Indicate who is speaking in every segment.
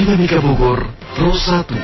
Speaker 1: Dinamika Bogor, Pro 1.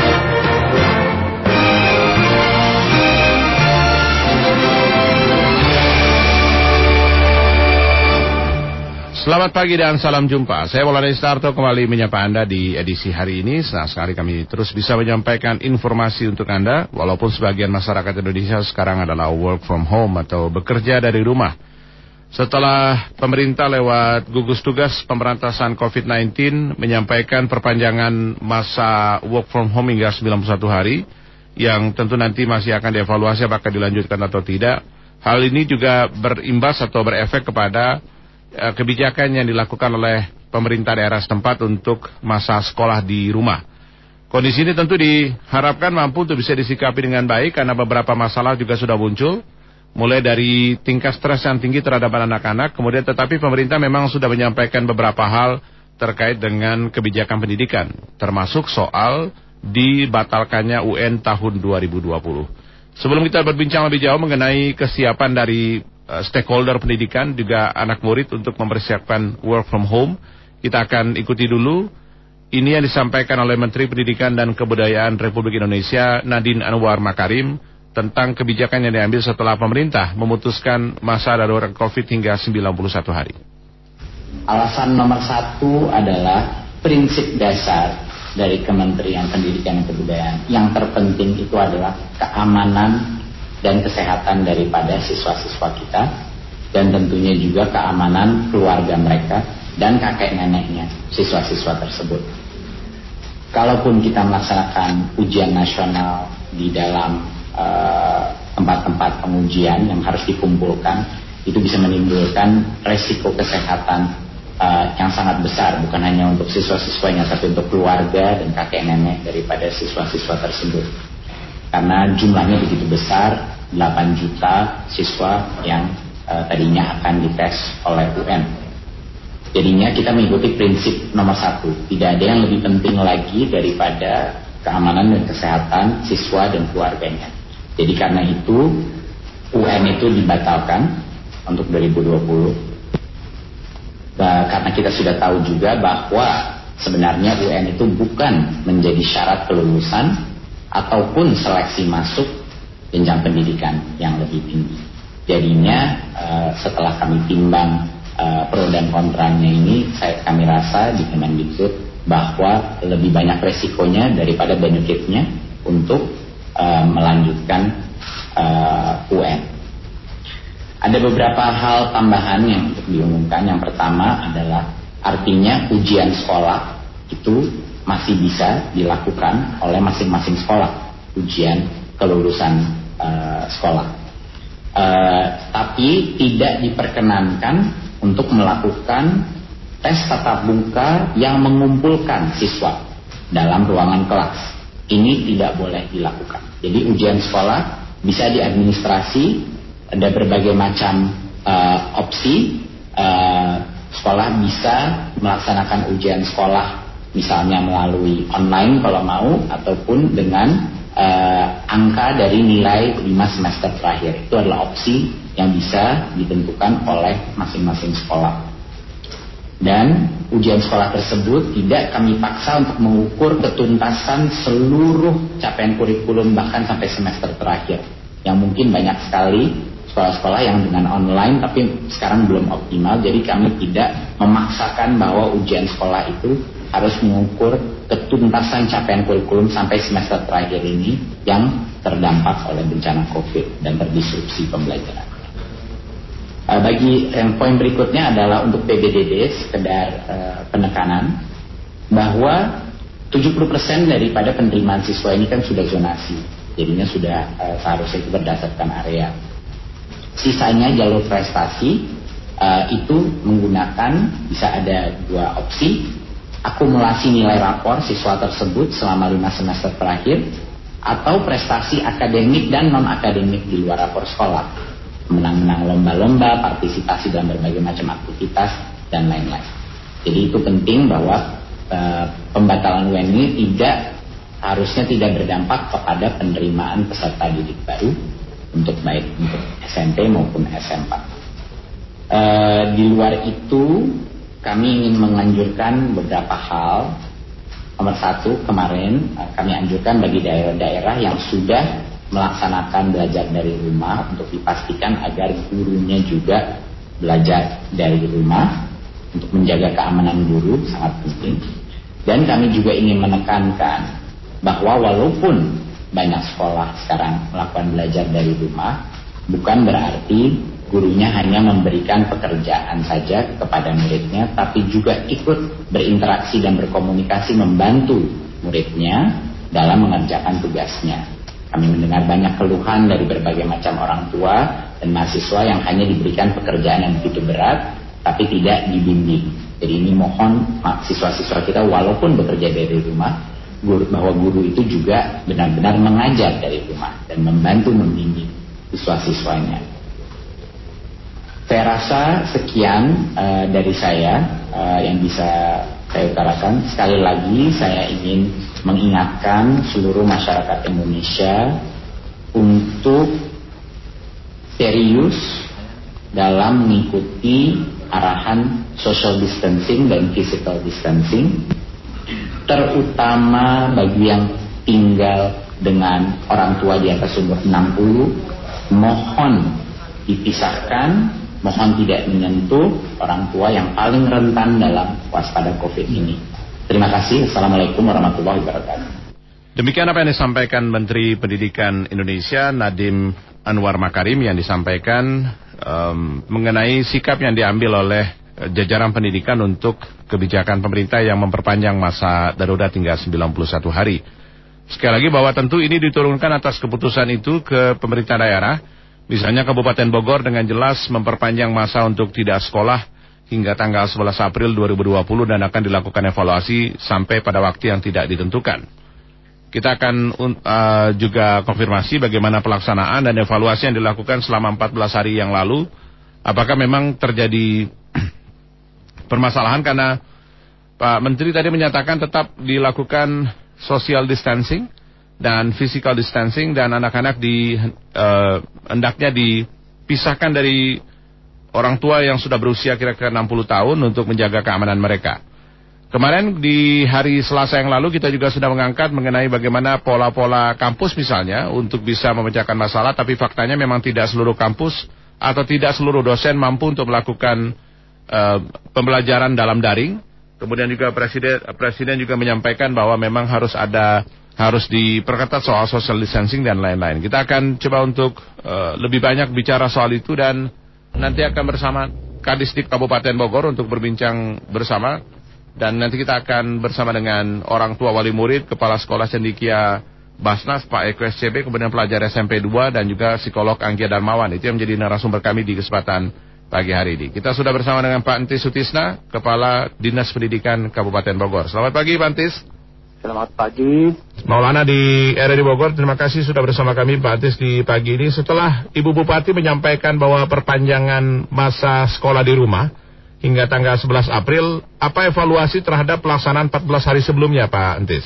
Speaker 2: Selamat pagi dan salam jumpa. Saya Maulana Istarto kembali menyapa Anda di edisi hari ini. Senang sekali kami terus bisa menyampaikan informasi untuk Anda, walaupun sebagian masyarakat Indonesia sekarang adalah work from home atau bekerja dari rumah. Setelah pemerintah lewat gugus tugas pemberantasan COVID-19 menyampaikan perpanjangan masa work from home hingga 91 hari, yang tentu nanti masih akan dievaluasi apakah dilanjutkan atau tidak. Hal ini juga berimbas atau berefek kepada kebijakan yang dilakukan oleh pemerintah daerah setempat untuk masa sekolah di rumah. Kondisi ini tentu diharapkan mampu untuk bisa disikapi dengan baik karena beberapa masalah juga sudah muncul, mulai dari tingkat stres yang tinggi terhadap anak-anak, kemudian tetapi pemerintah memang sudah menyampaikan beberapa hal terkait dengan kebijakan pendidikan, termasuk soal dibatalkannya UN tahun 2020. Sebelum kita berbincang lebih jauh mengenai kesiapan dari stakeholder pendidikan juga anak murid untuk mempersiapkan work from home, kita akan ikuti dulu ini yang disampaikan oleh Menteri Pendidikan dan Kebudayaan Republik Indonesia Nadine Anwar Makarim tentang kebijakan yang diambil setelah pemerintah memutuskan masa darurat COVID hingga 91 hari.
Speaker 3: Alasan nomor 1 adalah prinsip dasar dari Kementerian Pendidikan dan Kebudayaan. Yang terpenting itu adalah keamanan dan kesehatan daripada siswa-siswa kita, dan tentunya juga keamanan keluarga mereka dan kakek neneknya siswa-siswa tersebut. Kalaupun kita melaksanakan ujian nasional di dalam tempat-tempat pengujian yang harus dikumpulkan, itu bisa menimbulkan resiko kesehatan yang sangat besar, bukan hanya untuk siswa-siswanya tapi untuk keluarga dan kakek nenek daripada siswa-siswa tersebut. Karena jumlahnya begitu besar, 8 juta siswa yang tadinya akan dites oleh UN. Jadinya kita mengikuti prinsip nomor 1, tidak ada yang lebih penting lagi daripada keamanan dan kesehatan siswa dan keluarganya. Jadi karena itu UN itu dibatalkan untuk 2020. Karena kita sudah tahu juga bahwa sebenarnya UN itu bukan menjadi syarat kelulusan ataupun seleksi masuk jenjang pendidikan yang lebih tinggi. Jadinya setelah kami timbang pro dan kontranya ini, kami rasa di Kemendikbud bahwa lebih banyak resikonya daripada benefitnya untuk melanjutkan UN. Ada beberapa hal tambahan yang untuk diumumkan. Yang pertama adalah artinya ujian sekolah itu masih bisa dilakukan oleh masing-masing sekolah, ujian kelulusan sekolah. Tapi tidak diperkenankan untuk melakukan tes tatap muka yang mengumpulkan siswa dalam ruangan kelas. Ini tidak boleh dilakukan. Jadi ujian sekolah bisa diadministrasi, ada berbagai macam opsi. Sekolah bisa melaksanakan ujian sekolah misalnya melalui online kalau mau, ataupun dengan angka dari nilai 5 semester terakhir. Itu adalah opsi yang bisa ditentukan oleh masing-masing sekolah. Dan ujian sekolah tersebut tidak kami paksa untuk mengukur ketuntasan seluruh capaian kurikulum bahkan sampai semester terakhir. Yang mungkin banyak sekali sekolah-sekolah yang dengan online tapi sekarang belum optimal. Jadi kami tidak memaksakan bahwa ujian sekolah itu harus mengukur ketuntasan capaian kurikulum sampai semester terakhir ini yang terdampak oleh bencana COVID dan terdisrupsi pembelajaran. Bagi poin berikutnya adalah untuk PBDD, sekedar penekanan bahwa 70% daripada penerimaan siswa ini kan sudah zonasi, jadinya sudah seharusnya itu berdasarkan area. Sisanya jalur prestasi itu menggunakan, bisa ada 2 opsi: akumulasi nilai rapor siswa tersebut selama 5 semester terakhir, atau prestasi akademik dan non-akademik di luar rapor sekolah, menang-menang lomba-lomba, partisipasi dalam berbagai macam aktivitas, dan lain-lain. Jadi itu penting bahwa pembatalan UN ini harusnya tidak berdampak kepada penerimaan peserta didik baru untuk baik untuk SMP maupun SMP. Di luar itu kami ingin menganjurkan beberapa hal. Nomor satu, kemarin kami anjurkan bagi daerah-daerah yang sudah melaksanakan belajar dari rumah untuk dipastikan agar gurunya juga belajar dari rumah untuk menjaga keamanan guru, sangat penting. Dan kami juga ingin menekankan bahwa walaupun banyak sekolah sekarang melakukan belajar dari rumah, bukan berarti gurunya hanya memberikan pekerjaan saja kepada muridnya, tapi juga ikut berinteraksi dan berkomunikasi membantu muridnya dalam mengerjakan tugasnya. Kami mendengar banyak keluhan dari berbagai macam orang tua dan mahasiswa yang hanya diberikan pekerjaan yang begitu berat, tapi tidak dibimbing. Jadi ini mohon siswa-siswa kita walaupun bekerja dari rumah, bahwa guru itu juga benar-benar mengajar dari rumah dan membantu membimbing siswa-siswanya. Saya rasa sekian dari saya yang bisa saya utarakan. Sekali lagi saya ingin mengingatkan seluruh masyarakat Indonesia untuk serius dalam mengikuti arahan social distancing dan physical distancing, terutama bagi yang tinggal dengan orang tua di atas umur 60. Mohon dipisahkan, mohon tidak menyentuh orang tua yang paling rentan dalam waspada COVID ini. Terima kasih. Assalamualaikum warahmatullahi wabarakatuh.
Speaker 2: Demikian apa yang disampaikan Menteri Pendidikan Indonesia Nadiem Anwar Makarim yang disampaikan mengenai sikap yang diambil oleh jajaran pendidikan untuk kebijakan pemerintah yang memperpanjang masa darurat hingga 91 hari. Sekali lagi bahwa tentu ini diturunkan atas keputusan itu ke pemerintah daerah. Misalnya Kabupaten Bogor dengan jelas memperpanjang masa untuk tidak sekolah hingga tanggal 11 April 2020 dan akan dilakukan evaluasi sampai pada waktu yang tidak ditentukan. Kita akan juga konfirmasi bagaimana pelaksanaan dan evaluasi yang dilakukan selama 14 hari yang lalu. Apakah memang terjadi permasalahan karena Pak Menteri tadi menyatakan tetap dilakukan social distancing dan physical distancing dan anak-anak hendaknya dipisahkan dari orang tua yang sudah berusia kira-kira 60 tahun untuk menjaga keamanan mereka. Kemarin di hari Selasa yang lalu kita juga sudah mengangkat mengenai bagaimana pola-pola kampus misalnya untuk bisa memecahkan masalah, tapi faktanya memang tidak seluruh kampus atau tidak seluruh dosen mampu untuk melakukan pembelajaran dalam daring. Kemudian juga Presiden juga menyampaikan bahwa memang harus diperketat soal social distancing dan lain-lain. Kita akan coba untuk lebih banyak bicara soal itu dan nanti akan bersama Kadisdik Kabupaten Bogor untuk berbincang bersama. Dan nanti kita akan bersama dengan orang tua wali murid, Kepala Sekolah Cendikia Basnas, Pak Eko SCB, kemudian pelajar SMP 2 dan juga psikolog Anggia Darmawan. Itu yang menjadi narasumber kami di kesempatan pagi hari ini. Kita sudah bersama dengan Pak Entis Sutisna, Kepala Dinas Pendidikan Kabupaten Bogor. Selamat pagi Pak Entis.
Speaker 4: Selamat pagi.
Speaker 2: Maulana di RRI Bogor, terima kasih sudah bersama kami Pak Entis di pagi ini. Setelah Ibu Bupati menyampaikan bahwa perpanjangan masa sekolah di rumah hingga tanggal 11 April, apa evaluasi terhadap pelaksanaan 14 hari sebelumnya Pak Entis?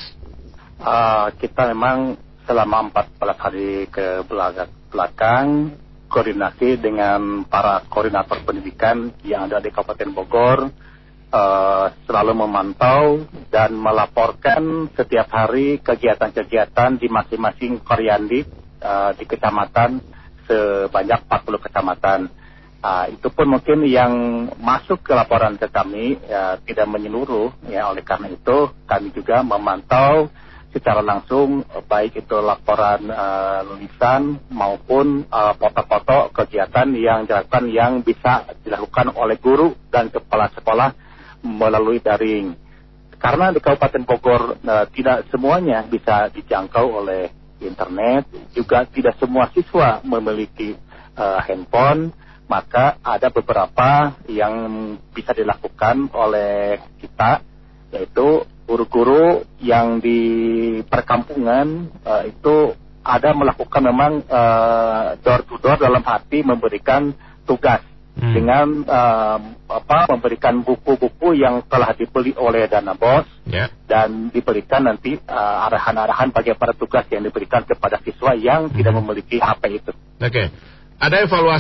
Speaker 4: Kita memang selama 14 hari ke belakang koordinasi dengan para koordinator pendidikan yang ada di Kabupaten Bogor, selalu memantau dan melaporkan setiap hari kegiatan-kegiatan di masing-masing Koryandi di kecamatan sebanyak 40 kecamatan. Itu pun mungkin yang masuk ke laporan ke kami tidak menyeluruh, ya. Oleh karena itu kami juga memantau secara langsung baik itu laporan lisan maupun foto-foto kegiatan yang dilakukan yang bisa dilakukan oleh guru dan kepala sekolah melalui daring. Karena di Kabupaten Bogor tidak semuanya bisa dijangkau oleh internet, juga tidak semua siswa memiliki handphone. Maka ada beberapa yang bisa dilakukan oleh kita, yaitu guru-guru yang di perkampungan itu ada melakukan memang door to door dalam arti memberikan tugas dengan memberikan buku-buku yang telah dibeli oleh Dana Bos dan diberikan nanti arahan-arahan bagaimana tugas yang diberikan kepada siswa yang tidak memiliki HP itu.
Speaker 2: Oke. ada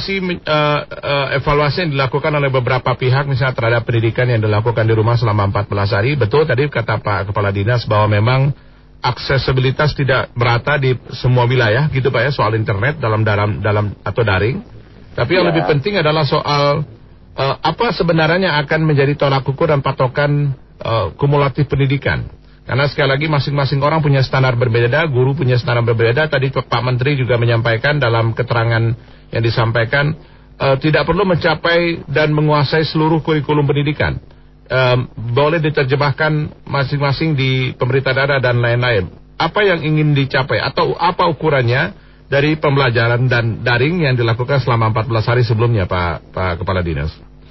Speaker 2: evaluasi yang dilakukan oleh beberapa pihak misalnya terhadap pendidikan yang dilakukan di rumah selama 14 hari. Betul tadi kata Pak Kepala Dinas bahwa memang aksesibilitas tidak merata di semua wilayah gitu Pak ya, soal internet dalam atau daring. Tapi yang lebih penting adalah soal apa sebenarnya akan menjadi tolak ukur dan patokan kumulatif pendidikan. Karena sekali lagi masing-masing orang punya standar berbeda, guru punya standar berbeda. Tadi Pak Menteri juga menyampaikan dalam keterangan yang disampaikan, tidak perlu mencapai dan menguasai seluruh kurikulum pendidikan. Boleh diterjemahkan masing-masing di pemerintah daerah dan lain-lain. Apa yang ingin dicapai atau apa ukurannya dari pembelajaran dan daring yang dilakukan selama 14 hari sebelumnya Pak Kepala Dinas?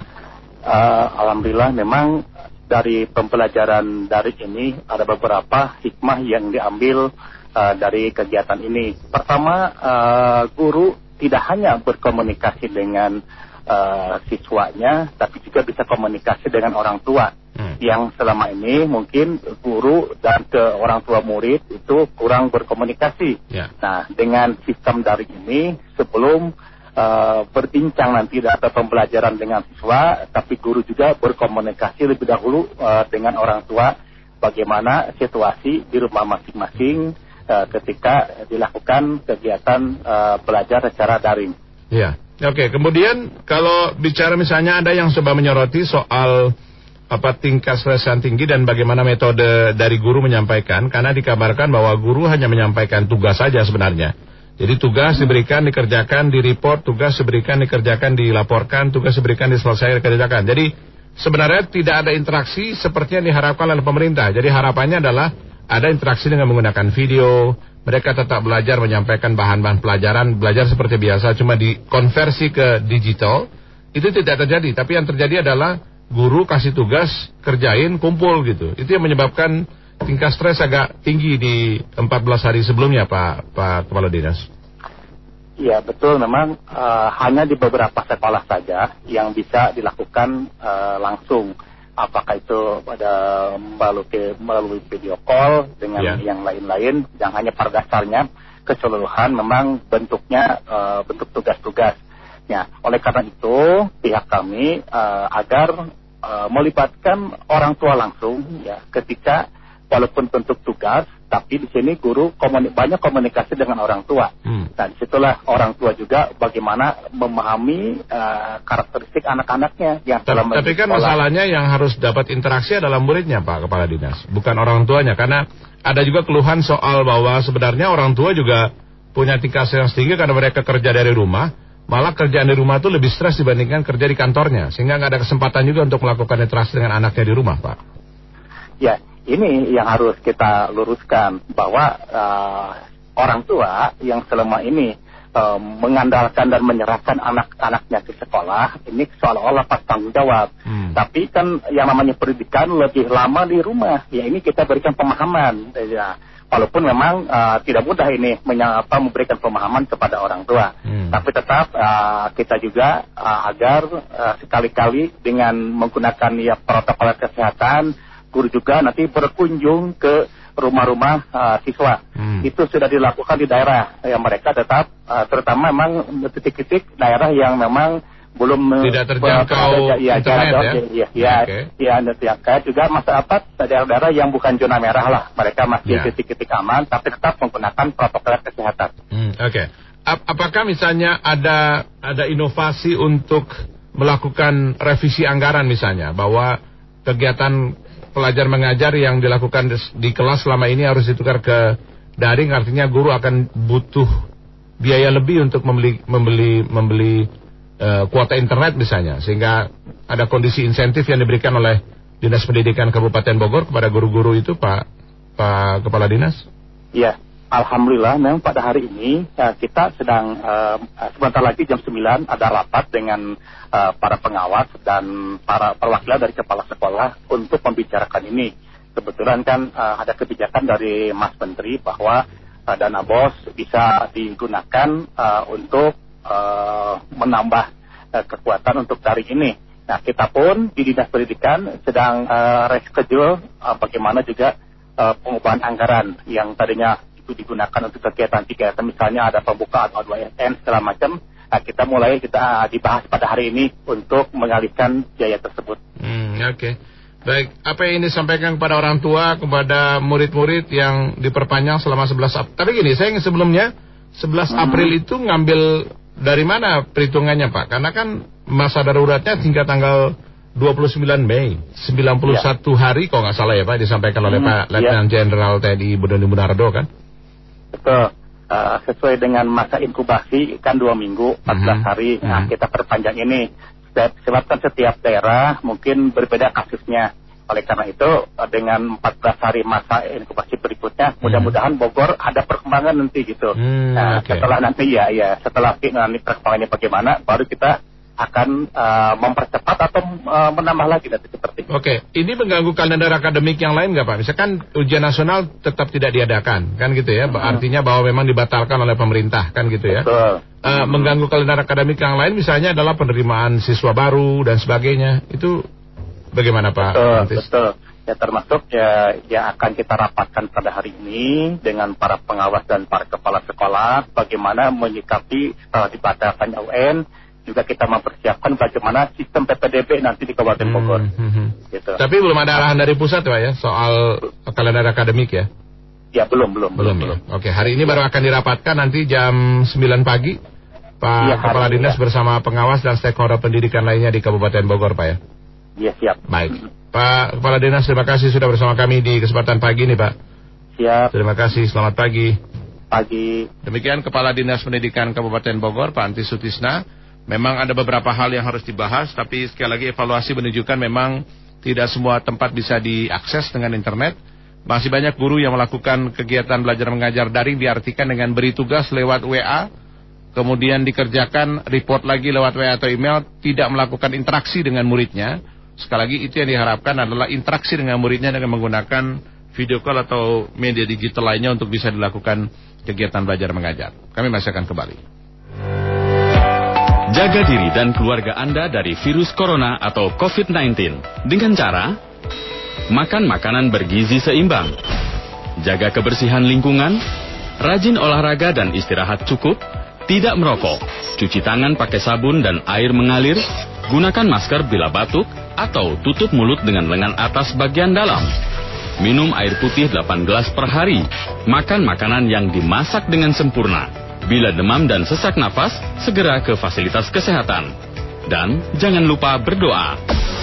Speaker 4: Alhamdulillah memang dari pembelajaran daring ini ada beberapa hikmah yang diambil dari kegiatan ini. Pertama, guru tidak hanya berkomunikasi dengan siswanya, tapi juga bisa komunikasi dengan orang tua. Yang selama ini mungkin guru dan ke orang tua murid itu kurang berkomunikasi. Nah, dengan sistem daring ini sebelum berbincang nanti atau pembelajaran dengan siswa, tapi guru juga berkomunikasi lebih dahulu dengan orang tua bagaimana situasi di rumah masing-masing ketika dilakukan kegiatan belajar secara daring.
Speaker 2: Ya, oke. Kemudian kalau bicara misalnya ada yang coba menyoroti soal tingkat stres yang tinggi dan bagaimana metode dari guru menyampaikan, karena dikabarkan bahwa guru hanya menyampaikan tugas saja sebenarnya. Jadi tugas diberikan, dikerjakan, direport, tugas diberikan, dikerjakan, dilaporkan, tugas diberikan, diselesaikan, dikerjakan. Jadi sebenarnya tidak ada interaksi seperti yang diharapkan oleh pemerintah. Jadi harapannya adalah ada interaksi dengan menggunakan video, mereka tetap belajar menyampaikan bahan-bahan pelajaran, belajar seperti biasa, cuma dikonversi ke digital, itu tidak terjadi. Tapi yang terjadi adalah guru kasih tugas, kerjain, kumpul gitu. Itu yang menyebabkan tingkat stres agak tinggi di 14 hari sebelumnya Pak Kepala Dinas.
Speaker 4: Ya betul, memang hanya di beberapa sekolah saja yang bisa dilakukan langsung. Apakah itu melalui video call dengan yang lain-lain, yang hanya pada dasarnya keseluruhan memang bentuknya bentuk tugas-tugas. Ya, oleh karena itu pihak kami agar melibatkan orang tua langsung ya ketika walaupun bentuk tugas, tapi di sini guru banyak komunikasi dengan orang tua. Nah, disitulah orang tua juga bagaimana memahami karakteristik anak-anaknya yang dalam
Speaker 2: tapi kan masalahnya yang harus dapat interaksi adalah muridnya Pak Kepala Dinas, bukan orang tuanya. Karena ada juga keluhan soal bahwa sebenarnya orang tua juga punya tingkat stres yang tinggi karena mereka kerja dari rumah. Malah kerjaan di rumah itu lebih stres dibandingkan kerja di kantornya, sehingga nggak ada kesempatan juga untuk melakukan interaksi dengan anaknya di rumah Pak. Ya.
Speaker 4: Ini yang harus kita luruskan, bahwa orang tua yang selama ini mengandalkan dan menyerahkan anak-anaknya ke sekolah, ini seolah-olah lepas tanggung jawab. Tapi kan yang namanya pendidikan lebih lama di rumah, ya ini kita berikan pemahaman. Ya. Walaupun memang tidak mudah ini memberikan pemahaman kepada orang tua. Tapi tetap kita juga agar sekali-kali dengan menggunakan protokol kesehatan, guru juga nanti berkunjung ke rumah-rumah siswa. Itu sudah dilakukan di daerah. Yang mereka tetap, terutama memang titik-titik daerah yang memang belum
Speaker 2: tidak terjangkau internet
Speaker 4: terjangkau juga masyarakat daerah-daerah yang bukan zona merah lah. Mereka masih titik-titik aman, tapi tetap menggunakan protokol kesehatan.
Speaker 2: Oke. Apakah misalnya ada inovasi untuk melakukan revisi anggaran misalnya, bahwa kegiatan pelajar mengajar yang dilakukan di kelas selama ini harus ditukar ke daring, artinya guru akan butuh biaya lebih untuk membeli kuota internet misalnya, sehingga ada kondisi insentif yang diberikan oleh Dinas Pendidikan Kabupaten Bogor kepada guru-guru itu Pak Kepala Dinas?
Speaker 4: Ya, alhamdulillah memang pada hari ini kita sedang sebentar lagi jam 9 ada rapat dengan para pengawas dan para perwakilan dari kepala sekolah untuk membicarakan ini. Kebetulan kan ada kebijakan dari Mas Menteri bahwa dana BOS bisa digunakan untuk menambah kekuatan untuk daring ini. Nah, kita pun di Dinas Pendidikan sedang reschedule bagaimana juga pengubahan anggaran yang tadinya itu digunakan untuk kegiatan misalnya ada pembukaan O2SN segala macam. kita dibahas pada hari ini untuk mengalihkan biaya tersebut.
Speaker 2: Oke. Baik, apa yang disampaikan kepada orang tua, kepada murid-murid yang diperpanjang selama 11 April. Tapi gini, saya ingin sebelumnya 11 April itu ngambil dari mana perhitungannya Pak? Karena kan masa daruratnya hingga tanggal 29 Mei, 91 hari kalau nggak salah ya Pak, disampaikan oleh Pak Letnan Jenderal TNI Budi Munardo kan?
Speaker 4: Betul. Sesuai dengan masa inkubasi kan 2 minggu, 14 hari. Nah, kita perpanjang ini. Sebabkan setiap daerah mungkin berbeda kasusnya. Oleh karena itu, dengan 14 hari masa inkubasi berikutnya, mudah-mudahan Bogor ada perkembangan nanti gitu. Setelah nanti setelah nanti perkembangannya bagaimana, baru kita akan mempercepat atau menambah lagi nanti seperti itu.
Speaker 2: Oke, ini mengganggu kalender akademik yang lain nggak Pak? Misalkan ujian nasional tetap tidak diadakan, kan gitu ya? Artinya bahwa memang dibatalkan oleh pemerintah, kan gitu ya?
Speaker 4: Betul.
Speaker 2: Mengganggu kalender akademik yang lain misalnya adalah penerimaan siswa baru dan sebagainya. Itu bagaimana Pak?
Speaker 4: Betul. Ya termasuk yang akan kita rapatkan pada hari ini dengan para pengawas dan para kepala sekolah bagaimana menyikapi dibatalkannya UN. Juga kita mempersiapkan bagaimana sistem PPDB nanti di Kabupaten Bogor. Gitu. Tapi
Speaker 2: belum ada arahan dari pusat Pak ya soal kalender akademik ya?
Speaker 4: Ya belum.
Speaker 2: Oke, hari ini baru akan dirapatkan nanti jam 9 pagi Pak Kepala Dinas bersama pengawas dan stakeholder pendidikan lainnya di Kabupaten Bogor Pak ya?
Speaker 4: Iya siap.
Speaker 2: Baik, Pak Kepala Dinas terima kasih sudah bersama kami di kesempatan pagi ini Pak.
Speaker 4: Siap.
Speaker 2: Terima kasih, selamat pagi.
Speaker 4: Pagi.
Speaker 2: Demikian Kepala Dinas Pendidikan Kabupaten Bogor Pak Anti Sutisna. Memang ada beberapa hal yang harus dibahas, tapi sekali lagi evaluasi menunjukkan memang tidak semua tempat bisa diakses dengan internet. Masih banyak guru yang melakukan kegiatan belajar mengajar daring diartikan dengan beri tugas lewat WA, kemudian dikerjakan report lagi lewat WA atau email, tidak melakukan interaksi dengan muridnya. Sekali lagi itu yang diharapkan adalah interaksi dengan muridnya dengan menggunakan video call atau media digital lainnya untuk bisa dilakukan kegiatan belajar mengajar. Kami masih akan kembali.
Speaker 5: Jaga diri dan keluarga Anda dari virus corona atau COVID-19 dengan cara makan makanan bergizi seimbang, jaga kebersihan lingkungan, rajin olahraga dan istirahat cukup, tidak merokok, cuci tangan pakai sabun dan air mengalir, gunakan masker bila batuk atau tutup mulut dengan lengan atas bagian dalam. Minum air putih 8 gelas per hari, makan makanan yang dimasak dengan sempurna. Bila demam dan sesak napas, segera ke fasilitas kesehatan. Dan jangan lupa berdoa.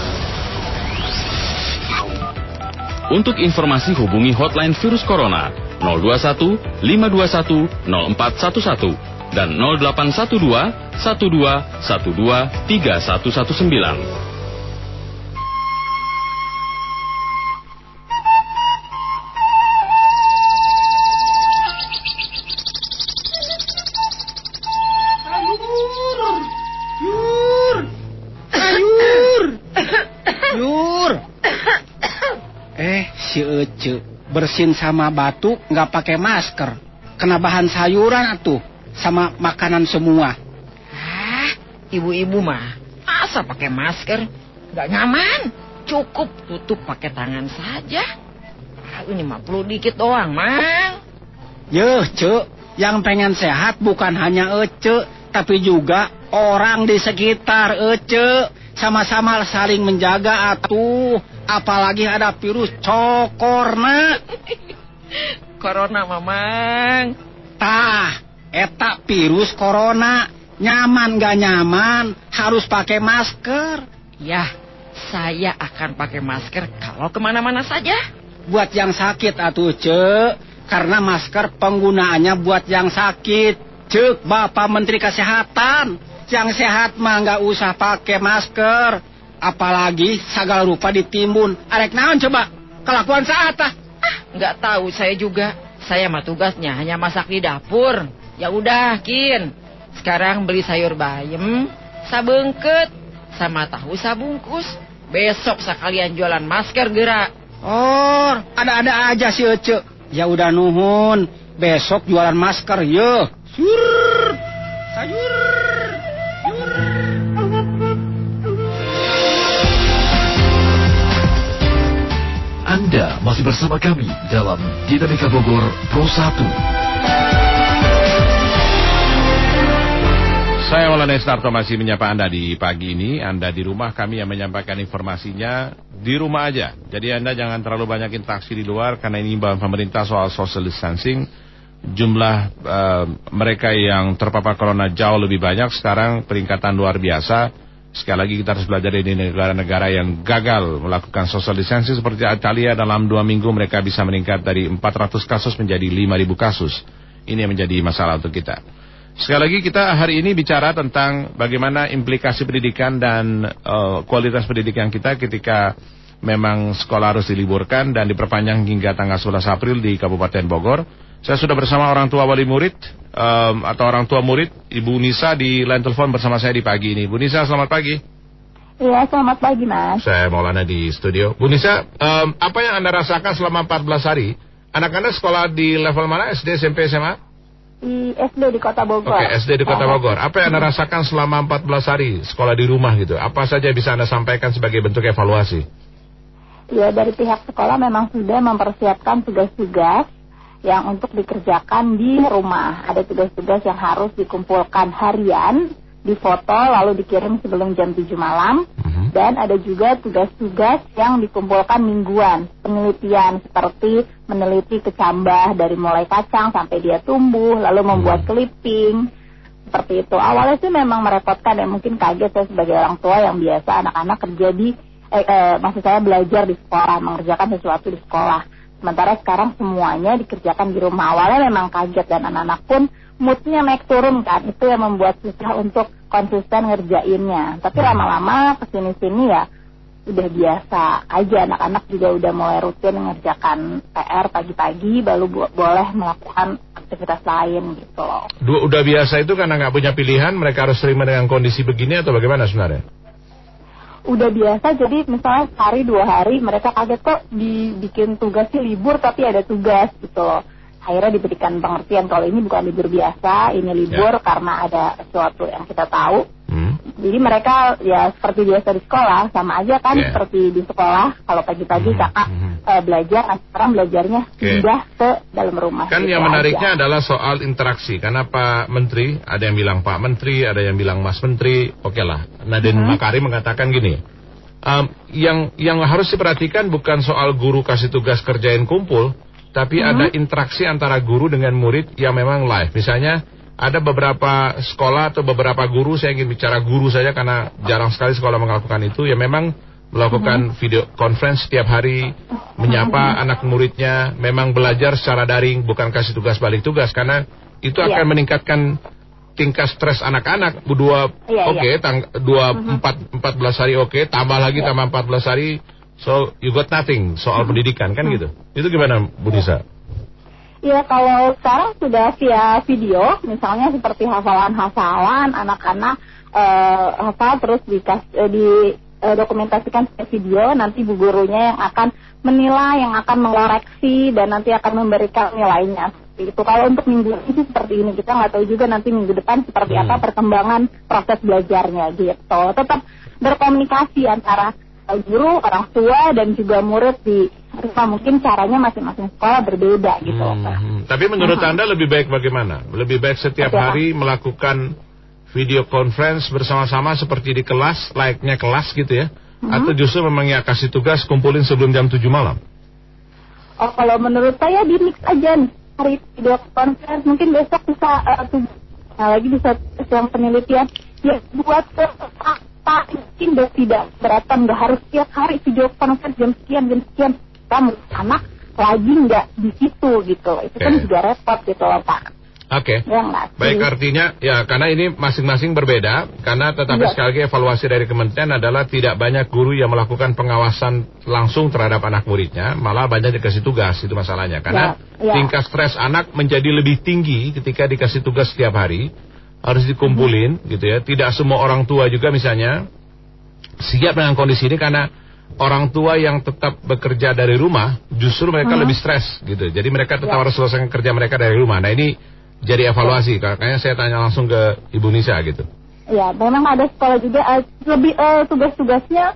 Speaker 5: Untuk informasi hubungi hotline virus corona 021 521 0411 dan 0812 1212 3119.
Speaker 6: Si Ece bersin sama batuk nggak pakai masker, kena bahan sayuran atuh sama makanan semua.
Speaker 7: Ibu-ibu mah masa pakai masker nggak nyaman, cukup tutup pakai tangan saja. Ini mah perlu dikit doang mang.
Speaker 6: Yeuh Ce, yang pengen sehat bukan hanya Ece tapi juga orang di sekitar Ece. Sama-sama saling menjaga atuh. Apalagi ada virus cokorna.
Speaker 7: Corona mamang.
Speaker 6: Tah, eta virus corona. Nyaman gak nyaman, harus pakai masker.
Speaker 7: Ya, saya akan pakai masker kalau kemana-mana saja.
Speaker 6: Buat yang sakit atuh Ce, karena masker penggunaannya buat yang sakit. Cek Bapak Menteri Kesehatan, yang sehat mah gak usah pakai masker. Apalagi segala rupa ditimbun. Arek naon coba? Kelakuan saatah.
Speaker 7: Nggak tahu saya juga. Saya mah tugasnya hanya masak di dapur. Ya udah, Kin. Sekarang beli sayur bayam, sabengket, sama tahu sabungkus. Besok sekalian jualan masker gerak.
Speaker 6: Oh, ada-ada aja si Ece. Ya udah nuhun. Besok jualan masker, yeuh. Sayur.
Speaker 1: Anda masih bersama kami dalam Dinamika Bogor Pro 1.
Speaker 2: Saya Maulana Istarto masih menyapa Anda di pagi ini. Anda di rumah, kami yang menyampaikan informasinya di rumah aja. Jadi Anda jangan terlalu banyak interaksi di luar, karena ini imbauan pemerintah soal social distancing. Jumlah mereka yang terpapar corona jauh lebih banyak. Sekarang peningkatan luar biasa. Sekali lagi kita harus belajar dari negara-negara yang gagal melakukan social distancing. Seperti Italia, dalam 2 minggu mereka bisa meningkat dari 400 kasus menjadi 5.000 kasus. Ini yang menjadi masalah untuk kita. Sekali lagi kita hari ini bicara tentang bagaimana implikasi pendidikan dan kualitas pendidikan kita ketika memang sekolah harus diliburkan dan diperpanjang hingga tanggal 11 April di Kabupaten Bogor. Saya sudah bersama orang tua wali murid atau orang tua murid, Ibu Nisa di line telepon bersama saya di pagi ini. Bu Nisa, selamat pagi.
Speaker 8: Iya, selamat pagi Mas.
Speaker 2: Saya Maulana di studio. Bu Nisa, apa yang Anda rasakan selama 14 hari? Anak-anak sekolah di level mana? SD, SMP, SMA?
Speaker 8: Di SD di Kota Bogor.
Speaker 2: Oke, SD di Kota Bogor. Apa yang Anda rasakan selama 14 hari sekolah di rumah gitu? Apa saja bisa Anda sampaikan sebagai bentuk evaluasi?
Speaker 8: Ya, dari pihak sekolah memang sudah mempersiapkan tugas-tugas yang untuk dikerjakan di rumah. Ada tugas-tugas yang harus dikumpulkan harian, difoto lalu dikirim sebelum jam 7 malam. Dan ada juga tugas-tugas yang dikumpulkan mingguan, penelitian seperti meneliti kecambah dari mulai kacang sampai dia tumbuh, lalu membuat clipping, seperti itu. Awalnya sih memang merepotkan ya, mungkin kaget saya sebagai orang tua yang biasa anak-anak kerja maksud saya belajar di sekolah, mengerjakan sesuatu di sekolah. Sementara sekarang semuanya dikerjakan di rumah. Awalnya memang kaget dan anak-anak pun moodnya naik turun kan, itu yang membuat susah untuk konsisten ngerjainnya. Tapi lama-lama kesini-sini ya udah biasa aja, anak-anak juga udah mulai rutin mengerjakan PR pagi-pagi, baru boleh melakukan aktivitas lain gitu loh.
Speaker 2: Udah biasa itu karena nggak punya pilihan, mereka harus terima dengan kondisi begini atau bagaimana sebenarnya?
Speaker 8: Udah biasa, jadi misalnya sehari 2 hari mereka kaget kok dibikin tugasnya libur tapi ada tugas gitu loh. Akhirnya diberikan pengertian kalau ini bukan libur biasa, ini libur karena ada sesuatu yang kita tahu. Jadi mereka ya seperti biasa di sekolah, sama aja kan seperti di sekolah. Kalau pagi-pagi kakak belajar, sekarang belajarnya pindah ke dalam rumah.
Speaker 2: Kan gitu yang menariknya adalah soal interaksi. Karena Pak Menteri, ada yang bilang Pak Menteri, ada yang bilang Mas Menteri. Oke lah, Nadine Makarim mengatakan gini. Yang harus diperhatikan bukan soal guru kasih tugas kerjain kumpul, tapi ada interaksi antara guru dengan murid yang memang live. Misalnya ada beberapa sekolah atau beberapa guru, saya ingin bicara guru saja karena jarang sekali sekolah melakukan itu, ya memang melakukan video conference setiap hari, menyapa anak muridnya, memang belajar secara daring, bukan kasih tugas balik tugas, karena itu akan meningkatkan tingkat stres anak-anak. 14 hari tambah lagi tambah 14 hari, so you got nothing soal pendidikan kan gitu. Itu gimana Bu Nisa?
Speaker 8: Ya kalau sekarang sudah via video, misalnya seperti hafalan-hafalan anak-anak hafal terus dokumentasikan via video, nanti bu gurunya yang akan menilai, yang akan mengoreksi dan nanti akan memberikan nilainya. Itu kalau untuk minggu ini seperti ini, kita nggak tahu juga nanti minggu depan seperti apa perkembangan proses belajarnya gitu. Tetap berkomunikasi antara guru, orang tua dan juga murid di rumah. Mungkin caranya masing-masing sekolah berbeda gitu.
Speaker 2: Tapi menurut Anda lebih baik bagaimana? Lebih baik setiap hari melakukan video conference bersama-sama seperti di kelas, layaknya kelas gitu ya? Atau justru memang ya kasih tugas kumpulin sebelum jam 7 malam?
Speaker 8: Oh, kalau menurut saya di mix aja nih. Hari video conference, mungkin besok bisa lagi bisa yang penelitian ya buat mungkin tidak beratan, nggak harus tiap hari video conference jam sekian kamu anak lagi nggak di situ gitu, itu kan juga repot gitu loh Pak.
Speaker 2: Baik, artinya ya karena ini masing-masing berbeda, karena tetapi sekali lagi evaluasi dari kementerian adalah tidak banyak guru yang melakukan pengawasan langsung terhadap anak muridnya, malah banyak dikasih tugas, itu masalahnya. Karena tingkat stres anak menjadi lebih tinggi ketika dikasih tugas setiap hari, harus dikumpulin gitu ya. Tidak semua orang tua juga misalnya siap dengan kondisi ini, karena orang tua yang tetap bekerja dari rumah justru mereka lebih stres gitu. Jadi mereka tetap harus selesaikan kerja mereka dari rumah. Nah ini jadi evaluasi, makanya saya tanya langsung ke Ibu Nisa gitu.
Speaker 8: Ya, memang ada sekolah juga lebih tugas-tugasnya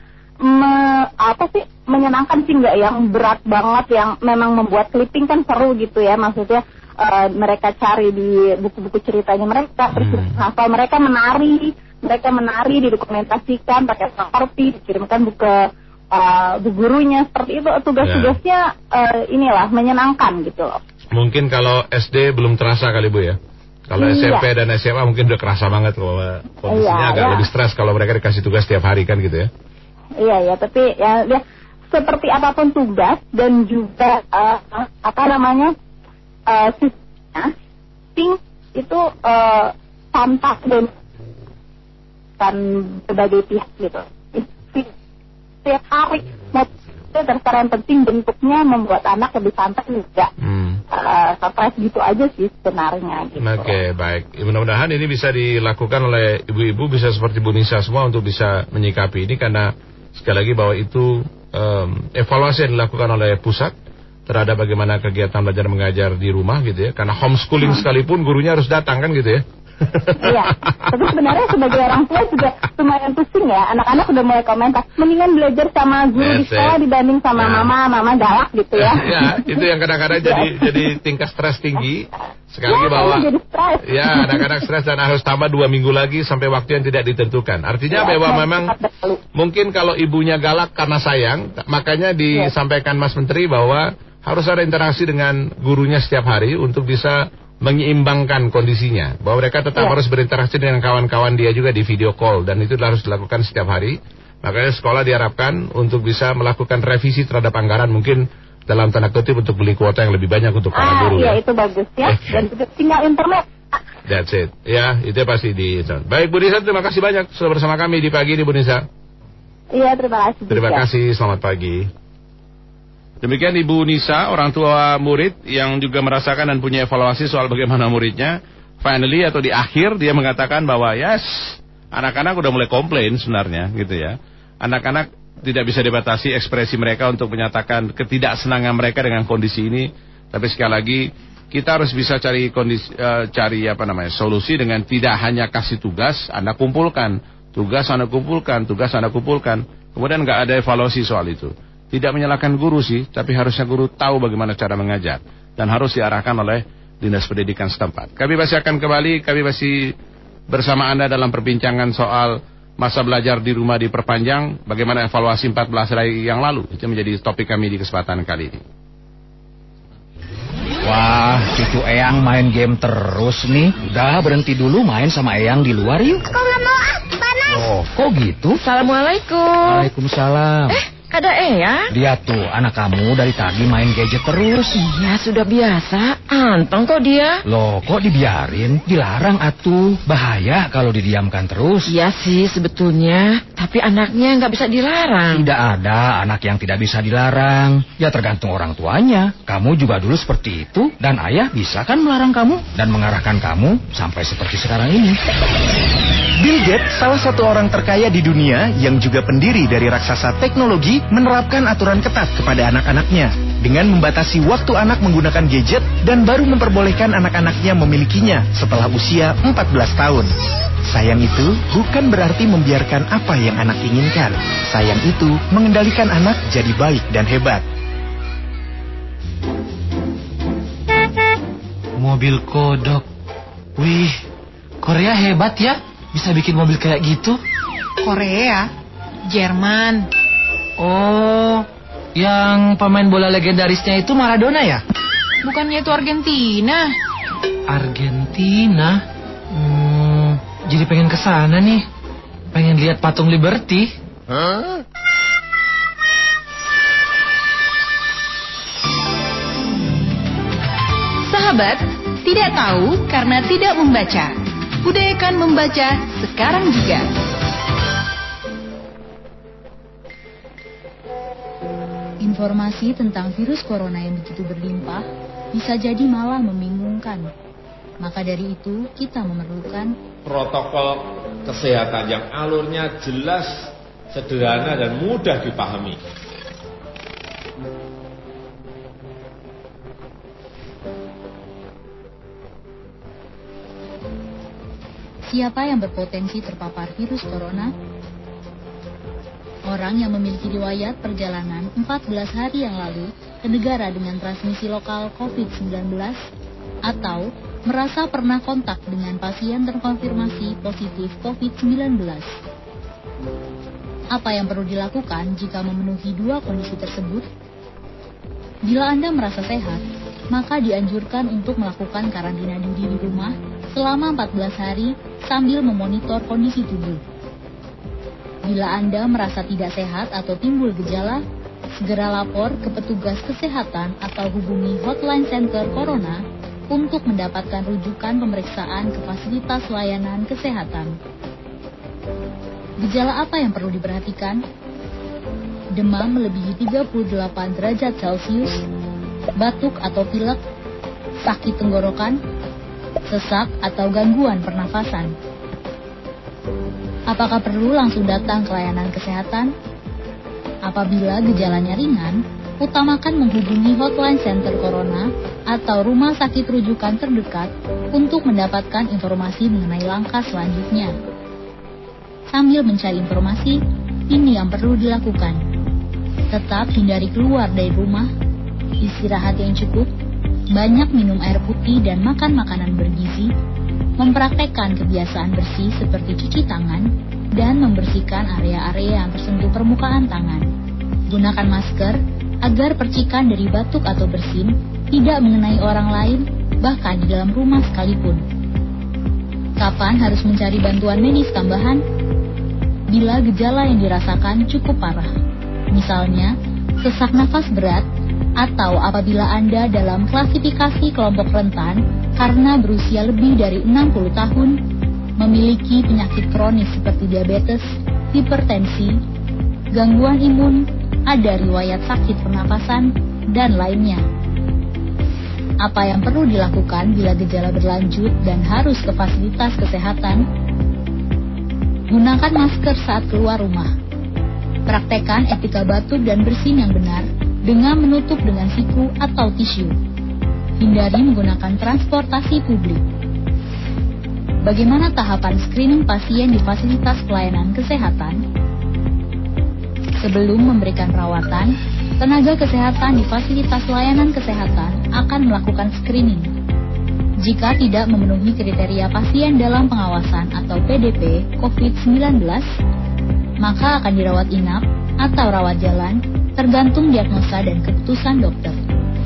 Speaker 8: menyenangkan sih, nggak yang berat banget, yang memang membuat clipping kan seru gitu ya, maksudnya mereka cari di buku-buku ceritanya mereka, terus hafal, mereka menari didokumentasikan pakai seperti dikirimkan buku bu gurunya, seperti itu. Tugas-tugasnya inilah menyenangkan gitu loh.
Speaker 2: Mungkin kalau SD belum terasa kali Bu ya. Kalau SMP dan SMA mungkin udah kerasa banget kalau kondisinya agak lebih stres kalau mereka dikasih tugas tiap hari kan gitu ya. Iya,
Speaker 8: tapi ya seperti apapun tugas dan juga sistemnya itu tanpa dan berbagai pihak gitu. Setiap hari terserah, yang penting bentuknya membuat anak lebih santai juga. Surprise gitu aja sih sebenarnya gitu.
Speaker 2: Oke, baik. Mudah-mudahan ini bisa dilakukan oleh ibu-ibu, bisa seperti Bu Nisa semua untuk bisa menyikapi ini, karena sekali lagi bahwa itu evaluasi yang dilakukan oleh pusat terhadap bagaimana kegiatan belajar mengajar di rumah gitu ya. Karena homeschooling sekalipun gurunya harus datang kan gitu ya.
Speaker 8: Iya, tapi sebenarnya sebagai orang tua juga lumayan pusing ya. Anak-anak udah mulai komentar, mendingan belajar sama guru di sekolah dibanding sama mama galak gitu ya.
Speaker 2: Ya, itu yang kadang-kadang jadi tingkat stres tinggi. Sekali lagi bahwa anak-anak stres dan harus tambah 2 minggu lagi sampai waktu yang tidak ditentukan. Artinya bahwa memang mungkin kalau ibunya galak karena sayang, makanya disampaikan Mas Menteri bahwa harus ada interaksi dengan gurunya setiap hari untuk bisa menyeimbangkan kondisinya, bahwa mereka tetap harus berinteraksi dengan kawan-kawan dia juga di video call, dan itu harus dilakukan setiap hari. Makanya sekolah diharapkan untuk bisa melakukan revisi terhadap anggaran, mungkin dalam tanda kutip untuk beli kuota yang lebih banyak untuk para guru.
Speaker 8: Iya, itu bagus ya. Dan juga tinggal internet.
Speaker 2: That's it. Ya, itu pasti di. Baik Bu Nisa, terima kasih banyak sudah bersama kami di pagi ini Bu Nisa.
Speaker 8: Iya, terima kasih.
Speaker 2: Terima kasih, selamat pagi. Demikian Ibu Nisa, orang tua murid yang juga merasakan dan punya evaluasi soal bagaimana muridnya. Finally atau di akhir dia mengatakan bahwa anak-anak udah mulai komplain sebenarnya gitu ya. Anak-anak tidak bisa dibatasi ekspresi mereka untuk menyatakan ketidaksenangan mereka dengan kondisi ini. Tapi sekali lagi kita harus bisa cari solusi dengan tidak hanya kasih tugas, Anda kumpulkan, tugas Anda kumpulkan, kemudian nggak ada evaluasi soal itu. Tidak menyalahkan guru sih, tapi harusnya guru tahu bagaimana cara mengajar. Dan harus diarahkan oleh Dinas Pendidikan setempat. Kami masih akan kembali, kami masih bersama Anda dalam perbincangan soal masa belajar di rumah diperpanjang, bagaimana evaluasi 14 hari yang lalu. Itu menjadi topik kami di kesempatan kali ini.
Speaker 9: Wah, cucu Eyang main game terus nih. Udah berhenti dulu main sama Eyang di luar yuk.
Speaker 10: Kok nggak mau panas?
Speaker 9: Oh, kok gitu?
Speaker 7: Assalamualaikum.
Speaker 9: Waalaikumsalam.
Speaker 7: Ada Eyang?
Speaker 9: Lihat tuh, anak kamu dari tadi main gadget terus.
Speaker 7: Iya, sudah biasa. Anteng kok dia.
Speaker 9: Loh, kok dibiarin? Dilarang atuh. Bahaya kalau didiamkan terus.
Speaker 7: Iya sih sebetulnya. Tapi anaknya nggak bisa dilarang.
Speaker 9: Tidak ada anak yang tidak bisa dilarang. Ya tergantung orang tuanya. Kamu juga dulu seperti itu. Dan ayah bisa kan melarang kamu dan mengarahkan kamu sampai seperti sekarang ini.
Speaker 11: Bill Gates, salah satu orang terkaya di dunia yang juga pendiri dari raksasa teknologi, menerapkan aturan ketat kepada anak-anaknya dengan membatasi waktu anak menggunakan gadget dan baru memperbolehkan anak-anaknya memilikinya setelah usia 14 tahun. Sayang itu bukan berarti membiarkan apa yang anak inginkan. Sayang itu mengendalikan anak jadi baik dan hebat.
Speaker 12: Mobil kodok. Wih, Korea hebat ya. Bisa bikin mobil kayak gitu?
Speaker 13: Korea? Jerman?
Speaker 12: Oh, yang pemain bola legendarisnya itu Maradona ya?
Speaker 13: Bukannya itu Argentina?
Speaker 12: Argentina? Jadi pengen kesana nih. Pengen lihat patung Liberty.
Speaker 13: Sahabat, tidak tahu karena tidak membaca. Budayakan membaca sekarang juga.
Speaker 14: Informasi tentang virus corona yang begitu berlimpah bisa jadi malah membingungkan. Maka dari itu kita memerlukan
Speaker 15: protokol kesehatan yang alurnya jelas, sederhana dan mudah dipahami.
Speaker 14: Siapa yang berpotensi terpapar virus corona? Orang yang memiliki riwayat perjalanan 14 hari yang lalu ke negara dengan transmisi lokal COVID-19 atau merasa pernah kontak dengan pasien terkonfirmasi positif COVID-19. Apa yang perlu dilakukan jika memenuhi dua kondisi tersebut? Bila Anda merasa sehat, maka dianjurkan untuk melakukan karantina diri di rumah selama 14 hari sambil memonitor kondisi tubuh. Bila Anda merasa tidak sehat atau timbul gejala, segera lapor ke petugas kesehatan atau hubungi hotline center Corona untuk mendapatkan rujukan pemeriksaan ke fasilitas layanan kesehatan. Gejala apa yang perlu diperhatikan? Demam melebihi 38 derajat Celcius, batuk atau pilek, sakit tenggorokan, sesak atau gangguan pernafasan. Apakah perlu langsung datang ke layanan kesehatan? Apabila gejalanya ringan, utamakan menghubungi hotline center Corona atau rumah sakit rujukan terdekat untuk mendapatkan informasi mengenai langkah selanjutnya. Sambil mencari informasi, ini yang perlu dilakukan. Tetap hindari keluar dari rumah, istirahat yang cukup, banyak minum air putih dan makan makanan bergizi, mempraktekkan kebiasaan bersih seperti cuci tangan, dan membersihkan area-area yang tersentuh permukaan tangan. Gunakan masker agar percikan dari batuk atau bersin tidak mengenai orang lain, bahkan di dalam rumah sekalipun. Kapan harus mencari bantuan medis tambahan? Bila gejala yang dirasakan cukup parah. Misalnya, sesak nafas berat, atau apabila Anda dalam klasifikasi kelompok rentan karena berusia lebih dari 60 tahun, memiliki penyakit kronis seperti diabetes, hipertensi, gangguan imun, ada riwayat sakit pernapasan, dan lainnya. Apa yang perlu dilakukan bila gejala berlanjut dan harus ke fasilitas kesehatan? Gunakan masker saat keluar rumah. Praktekkan etika batuk dan bersin yang benar dengan menutup dengan siku atau tisu. Hindari menggunakan transportasi publik. Bagaimana tahapan screening pasien di fasilitas pelayanan kesehatan? Sebelum memberikan perawatan, tenaga kesehatan di fasilitas layanan kesehatan akan melakukan screening. Jika tidak memenuhi kriteria pasien dalam pengawasan atau PDP COVID-19, maka akan dirawat inap atau rawat jalan, tergantung diagnosa dan keputusan dokter.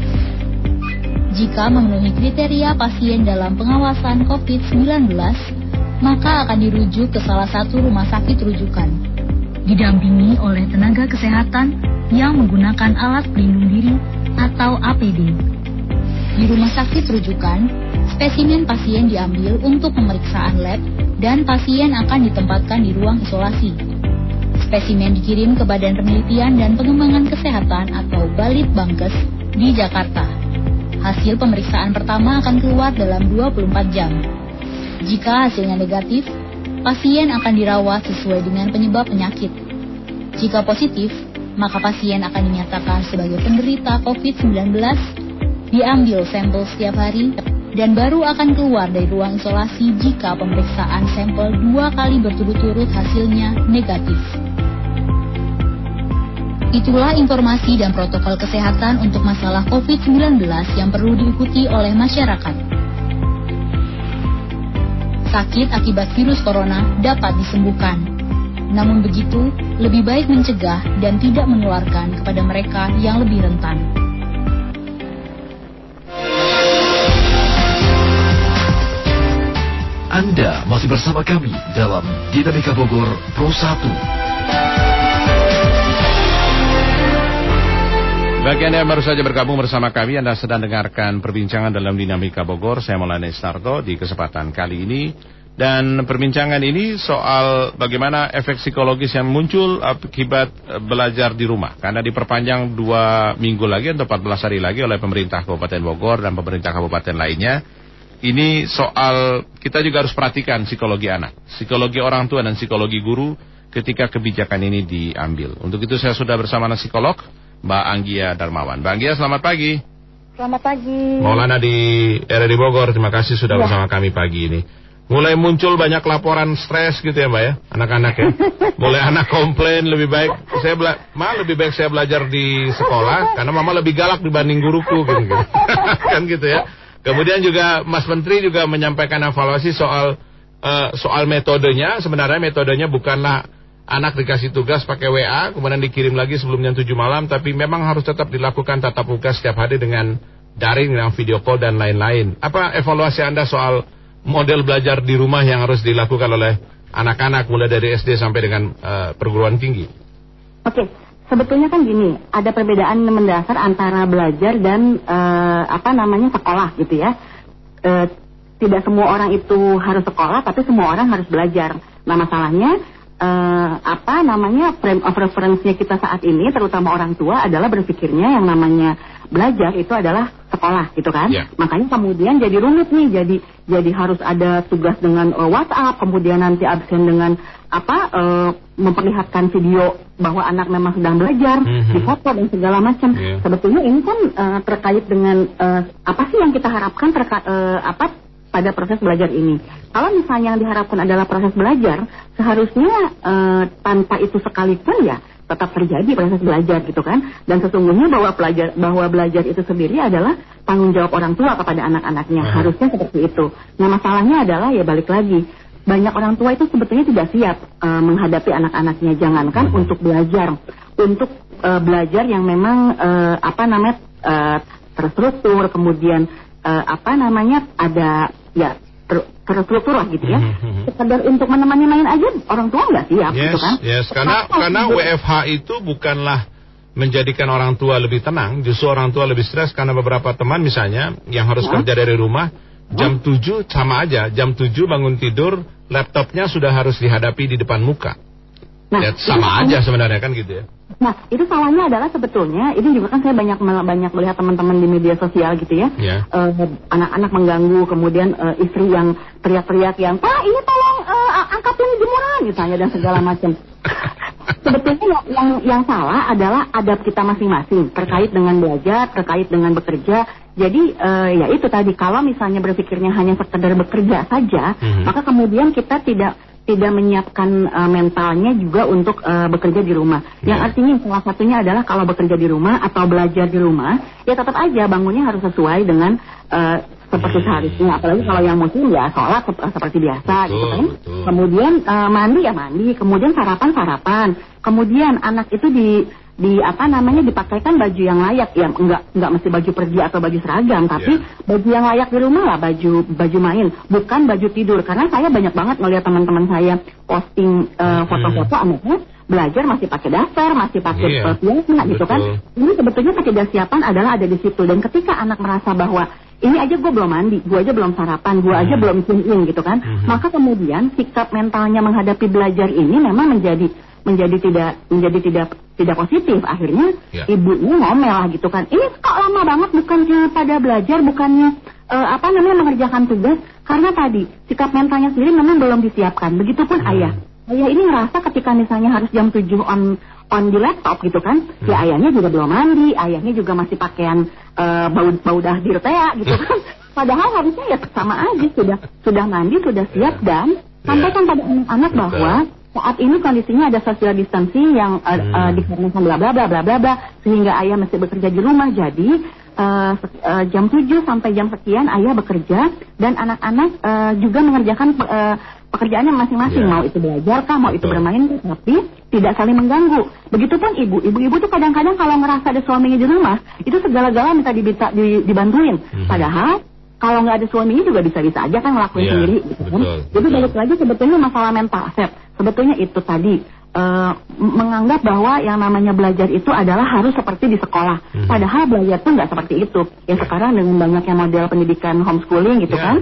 Speaker 14: Jika memenuhi kriteria pasien dalam pengawasan COVID-19, maka akan dirujuk ke salah satu rumah sakit rujukan, didampingi oleh tenaga kesehatan yang menggunakan alat pelindung diri atau APD. Di rumah sakit rujukan, spesimen pasien diambil untuk pemeriksaan lab dan pasien akan ditempatkan di ruang isolasi. Spesimen dikirim ke Badan Penelitian dan Pengembangan Kesehatan atau Balitbangkes di Jakarta. Hasil pemeriksaan pertama akan keluar dalam 24 jam. Jika hasilnya negatif, pasien akan dirawat sesuai dengan penyebab penyakit. Jika positif, maka pasien akan dinyatakan sebagai penderita COVID-19, diambil sampel setiap hari, dan baru akan keluar dari ruang isolasi jika pemeriksaan sampel 2 kali berturut-turut hasilnya negatif. Itulah informasi dan protokol kesehatan untuk masalah COVID-19 yang perlu diikuti oleh masyarakat. Sakit akibat virus corona dapat disembuhkan. Namun begitu, lebih baik mencegah dan tidak menularkan kepada mereka yang lebih rentan.
Speaker 1: Anda masih bersama kami dalam Dinamika Bogor Pro 1.
Speaker 2: Bagi Anda yang baru saja bergabung bersama kami, Anda sedang dengarkan perbincangan dalam Dinamika Bogor. Saya Maulana Istarto di kesempatan kali ini. Dan perbincangan ini soal bagaimana efek psikologis yang muncul akibat belajar di rumah. Karena diperpanjang 2 minggu lagi atau 14 hari lagi oleh pemerintah Kabupaten Bogor dan pemerintah kabupaten lainnya. Ini soal kita juga harus perhatikan psikologi anak, psikologi orang tua dan psikologi guru ketika kebijakan ini diambil. Untuk itu saya sudah bersama psikolog Mbak Anggia Darmawan. Mbak Anggia, selamat pagi.
Speaker 10: Selamat pagi.
Speaker 2: Maulana di RRI Bogor, terima kasih sudah bersama kami pagi ini. Mulai muncul banyak laporan stres gitu ya Mbak ya, anak-anak ya. Mulai anak komplain lebih baik lebih baik saya belajar di sekolah karena mama lebih galak dibanding guruku gitu. Kan gitu ya. Kemudian juga Mas Menteri juga menyampaikan evaluasi soal metodenya. Sebenarnya metodenya bukanlah anak dikasih tugas pakai WA, kemudian dikirim lagi sebelum jam 7 malam, tapi memang harus tetap dilakukan tatap muka setiap hari dengan daring, dengan video call dan lain-lain. Apa evaluasi Anda soal model belajar di rumah yang harus dilakukan oleh anak-anak mulai dari SD sampai dengan perguruan tinggi? Oke.
Speaker 10: Sebetulnya kan gini, ada perbedaan mendasar antara belajar dan sekolah gitu ya. Tidak semua orang itu harus sekolah, tapi semua orang harus belajar. Nah masalahnya frame of reference-nya kita saat ini, terutama orang tua adalah berpikirnya yang namanya belajar itu adalah sekolah gitu kan. Makanya kemudian jadi rumit nih, jadi harus ada tugas dengan WhatsApp, kemudian nanti absen dengan memperlihatkan video bahwa anak memang sedang belajar, di foto dan segala macam. Sebetulnya ini kan terkait dengan apa sih yang kita harapkan pada proses belajar ini. Kalau misalnya yang diharapkan adalah proses belajar, seharusnya tanpa itu sekalipun ya tetap terjadi proses belajar gitu kan. Dan sesungguhnya bahwa belajar itu sendiri adalah tanggung jawab orang tua kepada anak-anaknya. Harusnya seperti itu. Nah masalahnya adalah ya balik lagi, banyak orang tua itu sebetulnya tidak siap menghadapi anak-anaknya. Jangankan untuk belajar, belajar yang memang terstruktur, kemudian ada ya terstruktur lah gitu ya. Sekedar untuk menemani main aja orang tua nggak siap gitu kan.
Speaker 2: Karena WFH itu bukanlah menjadikan orang tua lebih tenang, justru orang tua lebih stres karena beberapa teman misalnya yang harus kerja dari rumah jam 7 sama aja, jam 7 bangun tidur laptopnya sudah harus dihadapi di depan muka. Nah, ya, sama aja sebenarnya kan gitu ya.
Speaker 10: Nah, itu salahnya adalah sebetulnya, ini juga kan saya banyak melihat teman-teman di media sosial gitu ya. Anak-anak mengganggu, kemudian istri yang teriak-teriak yang, "Pak, ini tolong angkatin jemuran," misalnya dan segala macam. Sebetulnya yang salah adalah adab kita masing-masing terkait dengan belajar, terkait dengan bekerja. Jadi ya itu tadi, kalau misalnya berpikirnya hanya sekedar bekerja saja, maka kemudian kita tidak menyiapkan mentalnya juga untuk bekerja di rumah. Yang artinya salah satunya adalah kalau bekerja di rumah atau belajar di rumah, ya tetap aja bangunnya harus sesuai dengan seperti seharusnya. Apalagi kalau yang muslim ya sholat seperti biasa gitu kan. Kemudian mandi ya mandi, kemudian sarapan. Kemudian anak itu dipakaikan baju yang layak, ya enggak mesti baju pergi atau baju seragam, tapi baju yang layak di rumah lah, baju main, bukan baju tidur. Karena saya banyak banget ngeliat teman-teman saya posting foto-foto anaknya belajar masih pakai dasar, masih pakai piyama gitu kan. Ini sebetulnya ketidaksiapan adalah ada di situ. Dan ketika anak merasa bahwa ini aja gue belum mandi, gue aja belum sarapan, gue aja belum tune-in gitu kan, maka kemudian sikap mentalnya menghadapi belajar ini memang menjadi tidak positif. Akhirnya ibunya ngomel lah gitu kan, ini kok lama banget, bukannya pada belajar, bukannya mengerjakan tugas. Karena tadi sikap mentalnya sendiri memang belum disiapkan. Begitupun ayah ini ngerasa ketika misalnya harus jam 7 on di laptop gitu kan, ya ayahnya juga belum mandi, ayahnya juga masih pakaian bau dahdir tea gitu kan. Padahal harusnya ya sama aja, sudah mandi, sudah siap, dan sampaikan pada anak-anak bahwa saat ini kondisinya ada social distancing yang dikarenakan bla bla bla bla bla bla, sehingga ayah mesti bekerja di rumah. Jadi jam 7 sampai jam sekian ayah bekerja, dan anak-anak juga mengerjakan pekerjaannya masing-masing, mau itu belajar kah, mau itu bermain kah, tapi tidak saling mengganggu. Begitupun ibu tuh kadang-kadang kalau ngerasa ada suaminya di rumah, itu segala-gala minta dibantuin. Padahal kalau nggak ada suaminya juga bisa-bisa aja kan ngelakuin sendiri gitu kan. Jadi balik lagi sebetulnya masalah mental set. Sebetulnya itu tadi menganggap bahwa yang namanya belajar itu adalah harus seperti di sekolah. Padahal belajar tuh nggak seperti itu. Ya sekarang dengan banyaknya model pendidikan homeschooling gitu kan.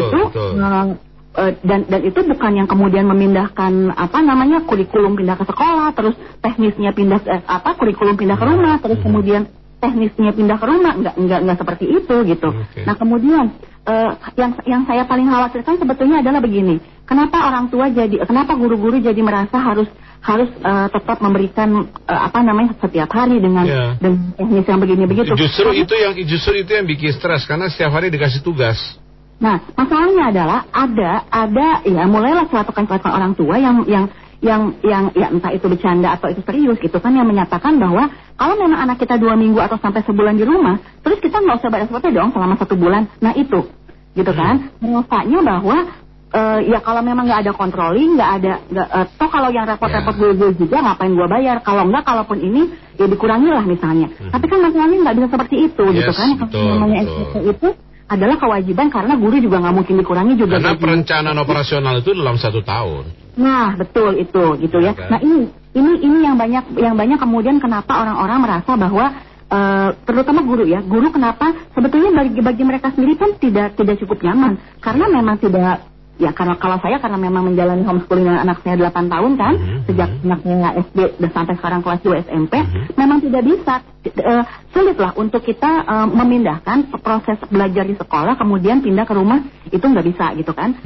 Speaker 10: Dan itu bukan yang kemudian memindahkan kurikulum pindah ke sekolah, terus teknisnya pindah kurikulum pindah ke rumah, terus kemudian teknisnya pindah ke rumah, nggak seperti itu gitu. Nah kemudian yang saya paling khawatirkan sebetulnya adalah begini, kenapa guru-guru jadi merasa harus tetap memberikan setiap hari dengan teknis yang begini begitu.
Speaker 2: Justru itu yang bikin stres, karena setiap hari dikasih tugas. Nah
Speaker 10: masalahnya adalah ada ya mulailah kelatukan orang tua yang yang ya entah itu bercanda atau itu serius gitu kan, yang menyatakan bahwa kalau memang anak kita 2 minggu atau sampai sebulan di rumah, terus kita nggak usah bayar SPP dong selama 1 bulan. Nah itu, gitu kan, rasanya bahwa ya kalau memang nggak ada controlling, toh kalau yang repot-repot gue juga ngapain gue bayar, kalau nggak, kalaupun ini ya dikurangilah misalnya. Tapi kan masalahnya nggak bisa seperti itu, gitu kan. Yang namanya SPP itu adalah kewajiban karena guru juga nggak mungkin dikurangi juga.
Speaker 2: Karena perencanaan operasional itu dalam 1 tahun.
Speaker 10: Nah betul itu, gitu ya. Nah ini yang banyak kemudian kenapa orang-orang merasa bahwa terutama guru ya, guru kenapa sebetulnya bagi mereka sendiri pun tidak cukup nyaman karena memang tidak. Ya karena karena memang menjalani homeschooling dengan anak saya 8 tahun kan, sejak anaknya SD dan sampai sekarang kelas 2 SMP, memang tidak bisa, sulit lah untuk kita memindahkan proses belajar di sekolah kemudian pindah ke rumah, itu nggak bisa gitu kan,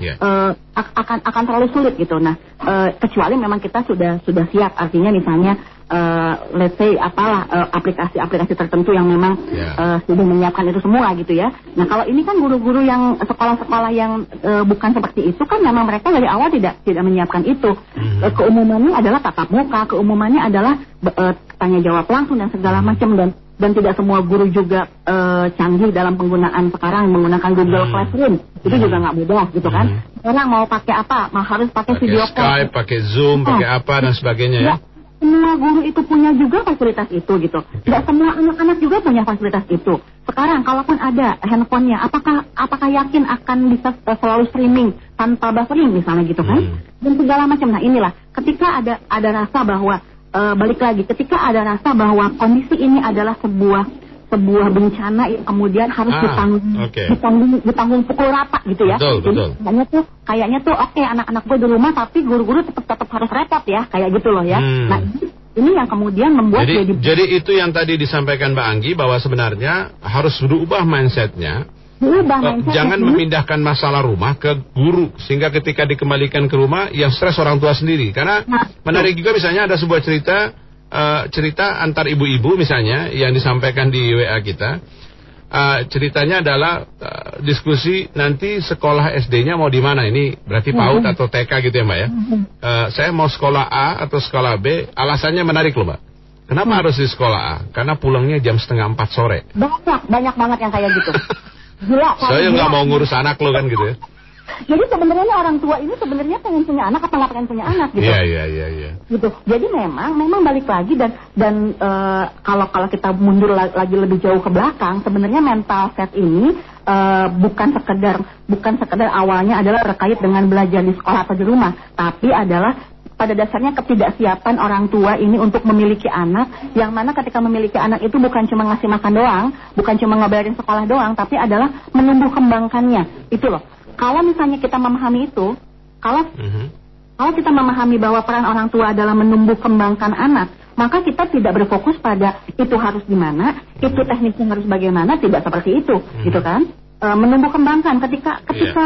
Speaker 10: akan terlalu sulit gitu. Nah kecuali memang kita sudah siap, artinya misalnya let's say aplikasi-aplikasi tertentu yang memang sudah menyiapkan itu semua gitu ya. Nah kalau ini kan guru-guru yang sekolah-sekolah yang bukan seperti itu kan memang mereka dari awal tidak menyiapkan itu. Keumumannya adalah tatap muka, keumumannya adalah tanya jawab langsung dan segala macam, dan tidak semua guru juga canggih dalam penggunaan sekarang menggunakan Google Classroom. Itu juga nggak mudah gitu kan. Orang mau pakai apa? Harus pakai video call,
Speaker 2: Skype, pakai Zoom, pakai apa dan sebagainya ya.
Speaker 10: Semua guru itu punya juga fasilitas itu gitu. Tidak semua anak-anak juga punya fasilitas itu. Sekarang kalaupun ada handphonenya, apakah yakin akan bisa selalu streaming tanpa buffering misalnya gitu kan? Dan segala macam. Nah inilah ketika ada rasa bahwa balik lagi, ketika ada rasa bahwa kondisi ini adalah sebuah bencana yang kemudian harus ditanggung pukul rata gitu ya.
Speaker 2: Betul.
Speaker 10: Kayaknya tuh oke, anak-anak gue di rumah tapi guru-guru tetap harus repot ya, kayak gitu loh ya. Nah ini yang kemudian membuat
Speaker 2: jadi itu yang tadi disampaikan Mbak Anggi bahwa sebenarnya harus berubah mindsetnya. Jangan memindahkan masalah rumah ke guru sehingga ketika dikembalikan ke rumah yang stres orang tua sendiri. Karena menarik juga misalnya ada sebuah cerita antar ibu-ibu misalnya yang disampaikan di WA kita. Ceritanya adalah diskusi nanti sekolah SD-nya mau di mana. Ini berarti PAUD atau TK gitu ya Mbak ya. Saya mau sekolah A atau sekolah B. Alasannya menarik loh Mbak. Kenapa harus di sekolah A? Karena pulangnya jam 3:30 sore.
Speaker 10: Banyak banget yang kayak gitu. Gila,
Speaker 2: saya nggak mau ngurus anak lo kan gitu ya.
Speaker 10: Jadi sebenarnya orang tua ini sebenarnya pengen punya anak apa nggak pengen punya anak gitu.
Speaker 2: Iya.
Speaker 10: Gitu. Jadi memang balik lagi dan kalau kita mundur lagi lebih jauh ke belakang, sebenarnya mental set ini bukan sekedar awalnya adalah terkait dengan belajar di sekolah atau di rumah, tapi adalah pada dasarnya ketidaksiapan orang tua ini untuk memiliki anak, yang mana ketika memiliki anak itu bukan cuma ngasih makan doang, bukan cuma ngebayarin sekolah doang, tapi adalah menumbuh kembangkannya. Itu loh. Kalau misalnya kita memahami itu, kalau kita memahami bahwa peran orang tua adalah menumbuh kembangkan anak, maka kita tidak berfokus pada itu harus gimana, itu tekniknya harus bagaimana, tidak seperti itu, gitu kan? Menumbuh kembangkan ketika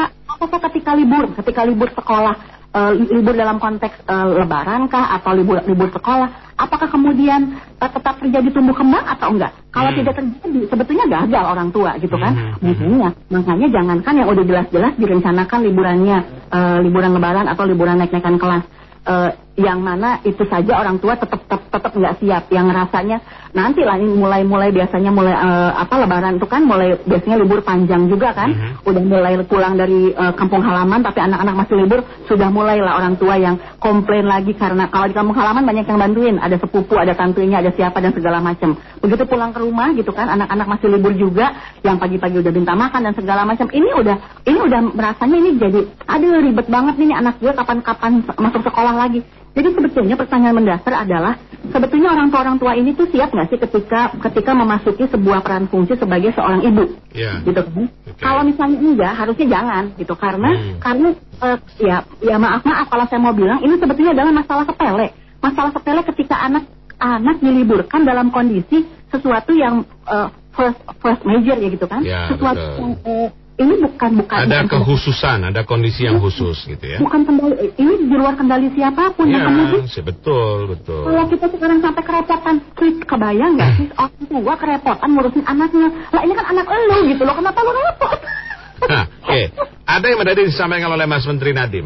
Speaker 10: libur sekolah, libur dalam konteks lebaran kah atau libur sekolah, apakah kemudian tetap terjadi tumbuh kembang atau enggak? Kalau tidak terjadi, sebetulnya gagal orang tua gitu kan. Makanya jangankan yang udah jelas-jelas direncanakan liburan lebaran atau liburan naik-naikan kelas, yang mana itu saja orang tua tetap nggak siap, yang rasanya nanti lah ini mulai biasanya lebaran itu kan mulai biasanya libur panjang juga kan, udah mulai pulang dari kampung halaman tapi anak-anak masih libur, sudah mulailah orang tua yang komplain lagi karena kalau di kampung halaman banyak yang bantuin, ada sepupu, ada tantenya, ada siapa dan segala macam. Begitu pulang ke rumah gitu kan, anak-anak masih libur juga, yang pagi-pagi udah minta makan dan segala macam. Ini udah merasanya ini jadi aduh ribet banget nih anak gue kapan masuk sekolah lagi. Jadi sebetulnya pertanyaan mendasar adalah sebetulnya orang tua ini tuh siap nggak sih ketika memasuki sebuah peran fungsi sebagai seorang ibu, gitu kan? Kalau misalnya enggak, harusnya jangan gitu karena ya maaf kalau saya mau bilang ini sebetulnya adalah masalah sepele ketika anak diliburkan dalam kondisi sesuatu yang first major ya gitu kan, sesuatu yang ini bukan
Speaker 2: ada kekhususan, ada kondisi yang khusus gitu ya.
Speaker 10: Bukan kendali, ini di luar kendali siapapun.
Speaker 2: Ya, betul.
Speaker 10: Kalau kita sekarang sampai kerepotan, kebayang nggak sih orang tua kerepotan ngurusin anaknya? Lah ini kan anak elu gitu loh, kenapa lo repot?
Speaker 2: Nah, ada yang tadi disampaikan oleh Mas Menteri Nadiem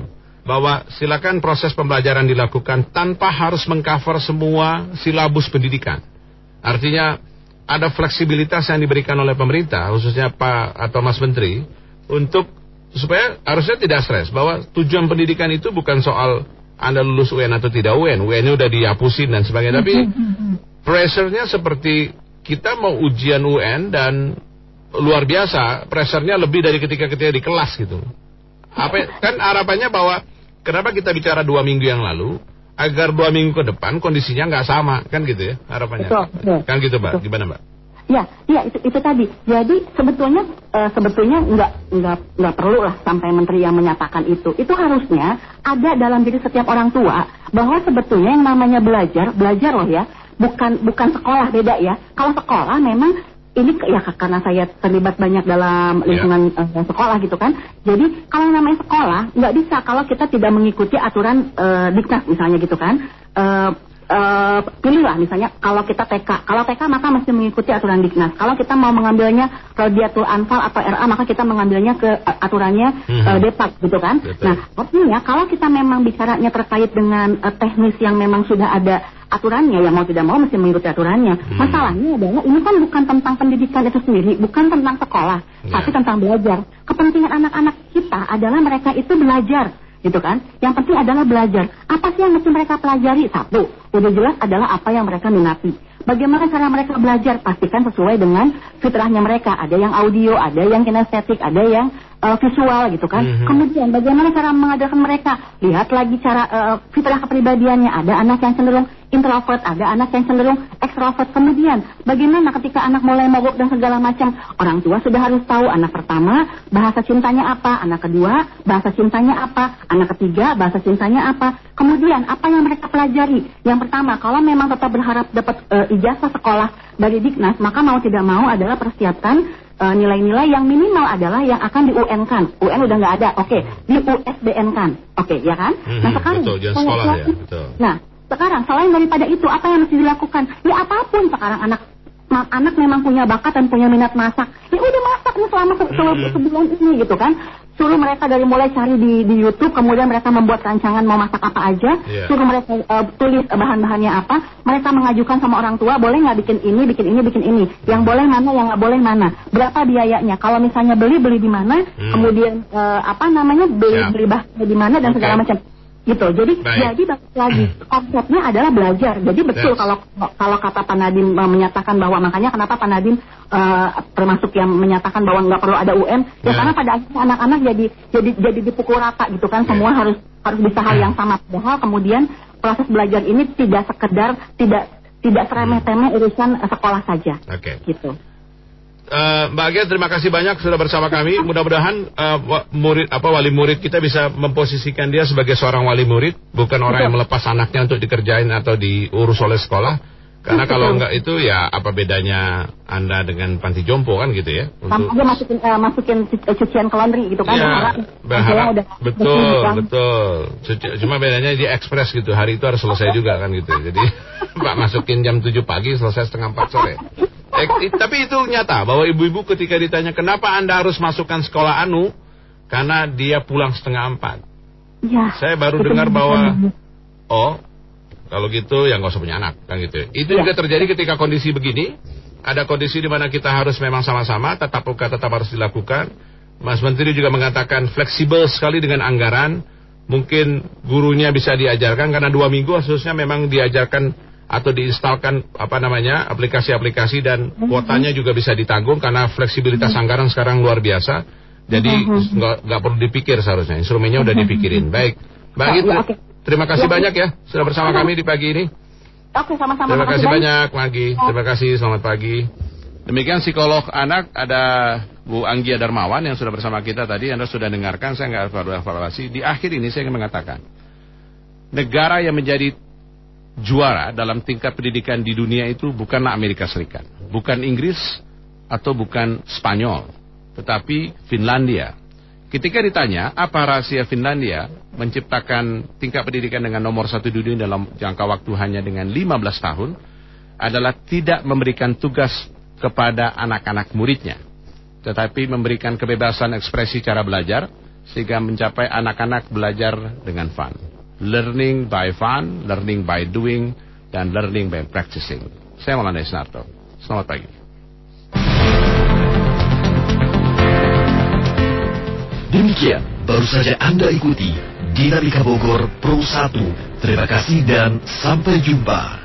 Speaker 2: bahwa silakan proses pembelajaran dilakukan tanpa harus mengcover semua silabus pendidikan. Artinya ada fleksibilitas yang diberikan oleh pemerintah, khususnya Pak atau Mas Menteri, untuk supaya harusnya tidak stres bahwa tujuan pendidikan itu bukan soal Anda lulus UN atau tidak UN. UN-nya udah dihapusin dan sebagainya, tapi pressure-nya seperti kita mau ujian UN dan luar biasa, pressure-nya lebih dari ketika di kelas gitu. Kan harapannya bahwa kenapa kita bicara 2 minggu yang lalu, agar 2 minggu ke depan kondisinya nggak sama, kan gitu ya harapannya.
Speaker 10: Betul.
Speaker 2: Kan gitu Mbak, gimana Mbak?
Speaker 10: Ya, itu tadi. Jadi sebetulnya nggak perlu lah sampai menteri yang menyatakan itu. Itu harusnya ada dalam diri setiap orang tua bahwa sebetulnya yang namanya belajar loh ya, bukan sekolah, beda ya. Kalau sekolah memang ini ya karena saya terlibat banyak dalam lingkungan sekolah gitu kan. Jadi kalau namanya sekolah nggak bisa kalau kita tidak mengikuti aturan Diknas misalnya gitu kan. Pilihlah misalnya kalau kita TK maka mesti mengikuti aturan Diknas. Kalau kita mau mengambilnya Rodiatul Anfal atau RA maka kita mengambilnya ke aturannya Depak gitu kan. Betul. Nah artinya kalau kita memang bicaranya terkait dengan teknis yang memang sudah ada aturannya, ya mau tidak mau mesti mengikuti aturannya. Masalahnya adalah ini kan bukan tentang pendidikan itu sendiri, bukan tentang sekolah, tapi tentang belajar. Kepentingan anak-anak kita adalah mereka itu belajar, gitu kan? Yang penting adalah belajar. Apa sih yang mesti mereka pelajari? Satu, udah jelas adalah apa yang mereka minati. Bagaimana cara mereka belajar? Pastikan sesuai dengan fitrahnya mereka. Ada yang audio, ada yang kinestetik, ada yang visual gitu kan. Kemudian bagaimana cara mengajarkan mereka? Lihat lagi cara fitrah kepribadiannya. Ada anak yang cenderung introvert, ada anak yang cenderung extrovert. Kemudian bagaimana ketika anak mulai mogok dan segala macam, orang tua sudah harus tahu anak pertama bahasa cintanya apa, anak kedua bahasa cintanya apa, anak ketiga bahasa cintanya apa. Kemudian apa yang mereka pelajari? Yang pertama, kalau memang tetap berharap dapat ijazah sekolah dari Diknas, maka mau tidak mau adalah persiapkan nilai-nilai yang minimal adalah yang akan di UN-kan. UN udah nggak ada, oke, di USBN-kan, oke, ya kan? Nah sekarang,
Speaker 2: betul, jangan sekolah ya, betul.
Speaker 10: Nah sekarang selain daripada itu apa yang mesti dilakukan? Ya apapun sekarang anak memang punya bakat dan punya minat masak, ya udah masak nih selama sebulan ini gitu kan. Suruh mereka dari mulai cari di YouTube, kemudian mereka membuat rancangan mau masak apa aja, suruh mereka tulis bahan-bahannya apa, mereka mengajukan sama orang tua, boleh nggak bikin ini, yang boleh mana, yang nggak boleh mana, berapa biayanya, kalau misalnya beli di mana, kemudian beli bahannya di mana dan segala macam. Gitu. Jadi balik lagi konsepnya adalah belajar. Jadi betul kalau kata Pak Nadiem menyatakan bahwa makanya kenapa Pak Nadiem termasuk yang menyatakan bahwa nggak perlu ada UN, ya karena pada akhirnya anak-anak jadi dipukul rata gitu kan. Semua harus bisa hal yang sama. Padahal kemudian proses belajar ini tidak sekedar tidak seremeh-temeh urusan sekolah saja. Gitu.
Speaker 2: Mbak Agia, terima kasih banyak sudah bersama kami. Mudah-mudahan wali murid kita bisa memposisikan dia sebagai seorang wali murid, bukan orang yang melepas anaknya untuk dikerjain atau diurus oleh sekolah. Karena kalau enggak itu ya apa bedanya Anda dengan panti jompo kan gitu ya?
Speaker 10: Untuk masukin cucian ke laundry gitu kan?
Speaker 2: Ya, berharap betul. Cuma bedanya dia ekspres gitu. Hari itu harus selesai juga kan gitu. Jadi Pak masukin jam 7 pagi selesai setengah 4 sore. Tapi itu nyata bahwa ibu-ibu ketika ditanya kenapa Anda harus masukkan sekolah anu, karena dia pulang setengah 4. Ya, saya baru dengar bahwa kalau gitu ya nggak usah punya anak kan gitu. Itu juga terjadi ketika kondisi begini. Ada kondisi di mana kita harus memang sama-sama tatap muka tetap harus dilakukan. Mas Menteri juga mengatakan fleksibel sekali dengan anggaran. Mungkin gurunya bisa diajarkan karena 2 minggu khususnya memang diajarkan atau diinstalkan aplikasi-aplikasi dan kuotanya juga bisa ditanggung karena fleksibilitas anggaran sekarang luar biasa. Jadi nggak perlu dipikir seharusnya, instrumennya udah dipikirin. Baik, Mbak Gitu, terima kasih banyak ya sudah bersama kami di pagi ini.
Speaker 10: Oke, sama-sama.
Speaker 2: Terima kasih banyak, Magi. Terima kasih, selamat pagi. Demikian psikolog anak, ada Bu Anggia Darmawan yang sudah bersama kita tadi. Anda sudah dengarkan, saya nggak perlu evaluasi. Di akhir ini saya ingin mengatakan, negara yang menjadi juara dalam tingkat pendidikan di dunia itu bukanlah Amerika Serikat, bukan Inggris atau bukan Spanyol, tetapi Finlandia. Ketika ditanya apa rahasia Finlandia menciptakan tingkat pendidikan dengan nomor 1 dunia dalam jangka waktu hanya dengan 15 tahun, adalah tidak memberikan tugas kepada anak-anak muridnya, tetapi memberikan kebebasan ekspresi cara belajar, sehingga mencapai anak-anak belajar dengan fun. Learning by fun, learning by doing, dan learning by practicing. Saya Maulana Isnarto. Selamat pagi.
Speaker 1: Demikian baru saja Anda ikuti Dinamika Bogor Pro 1. Terima kasih dan sampai jumpa.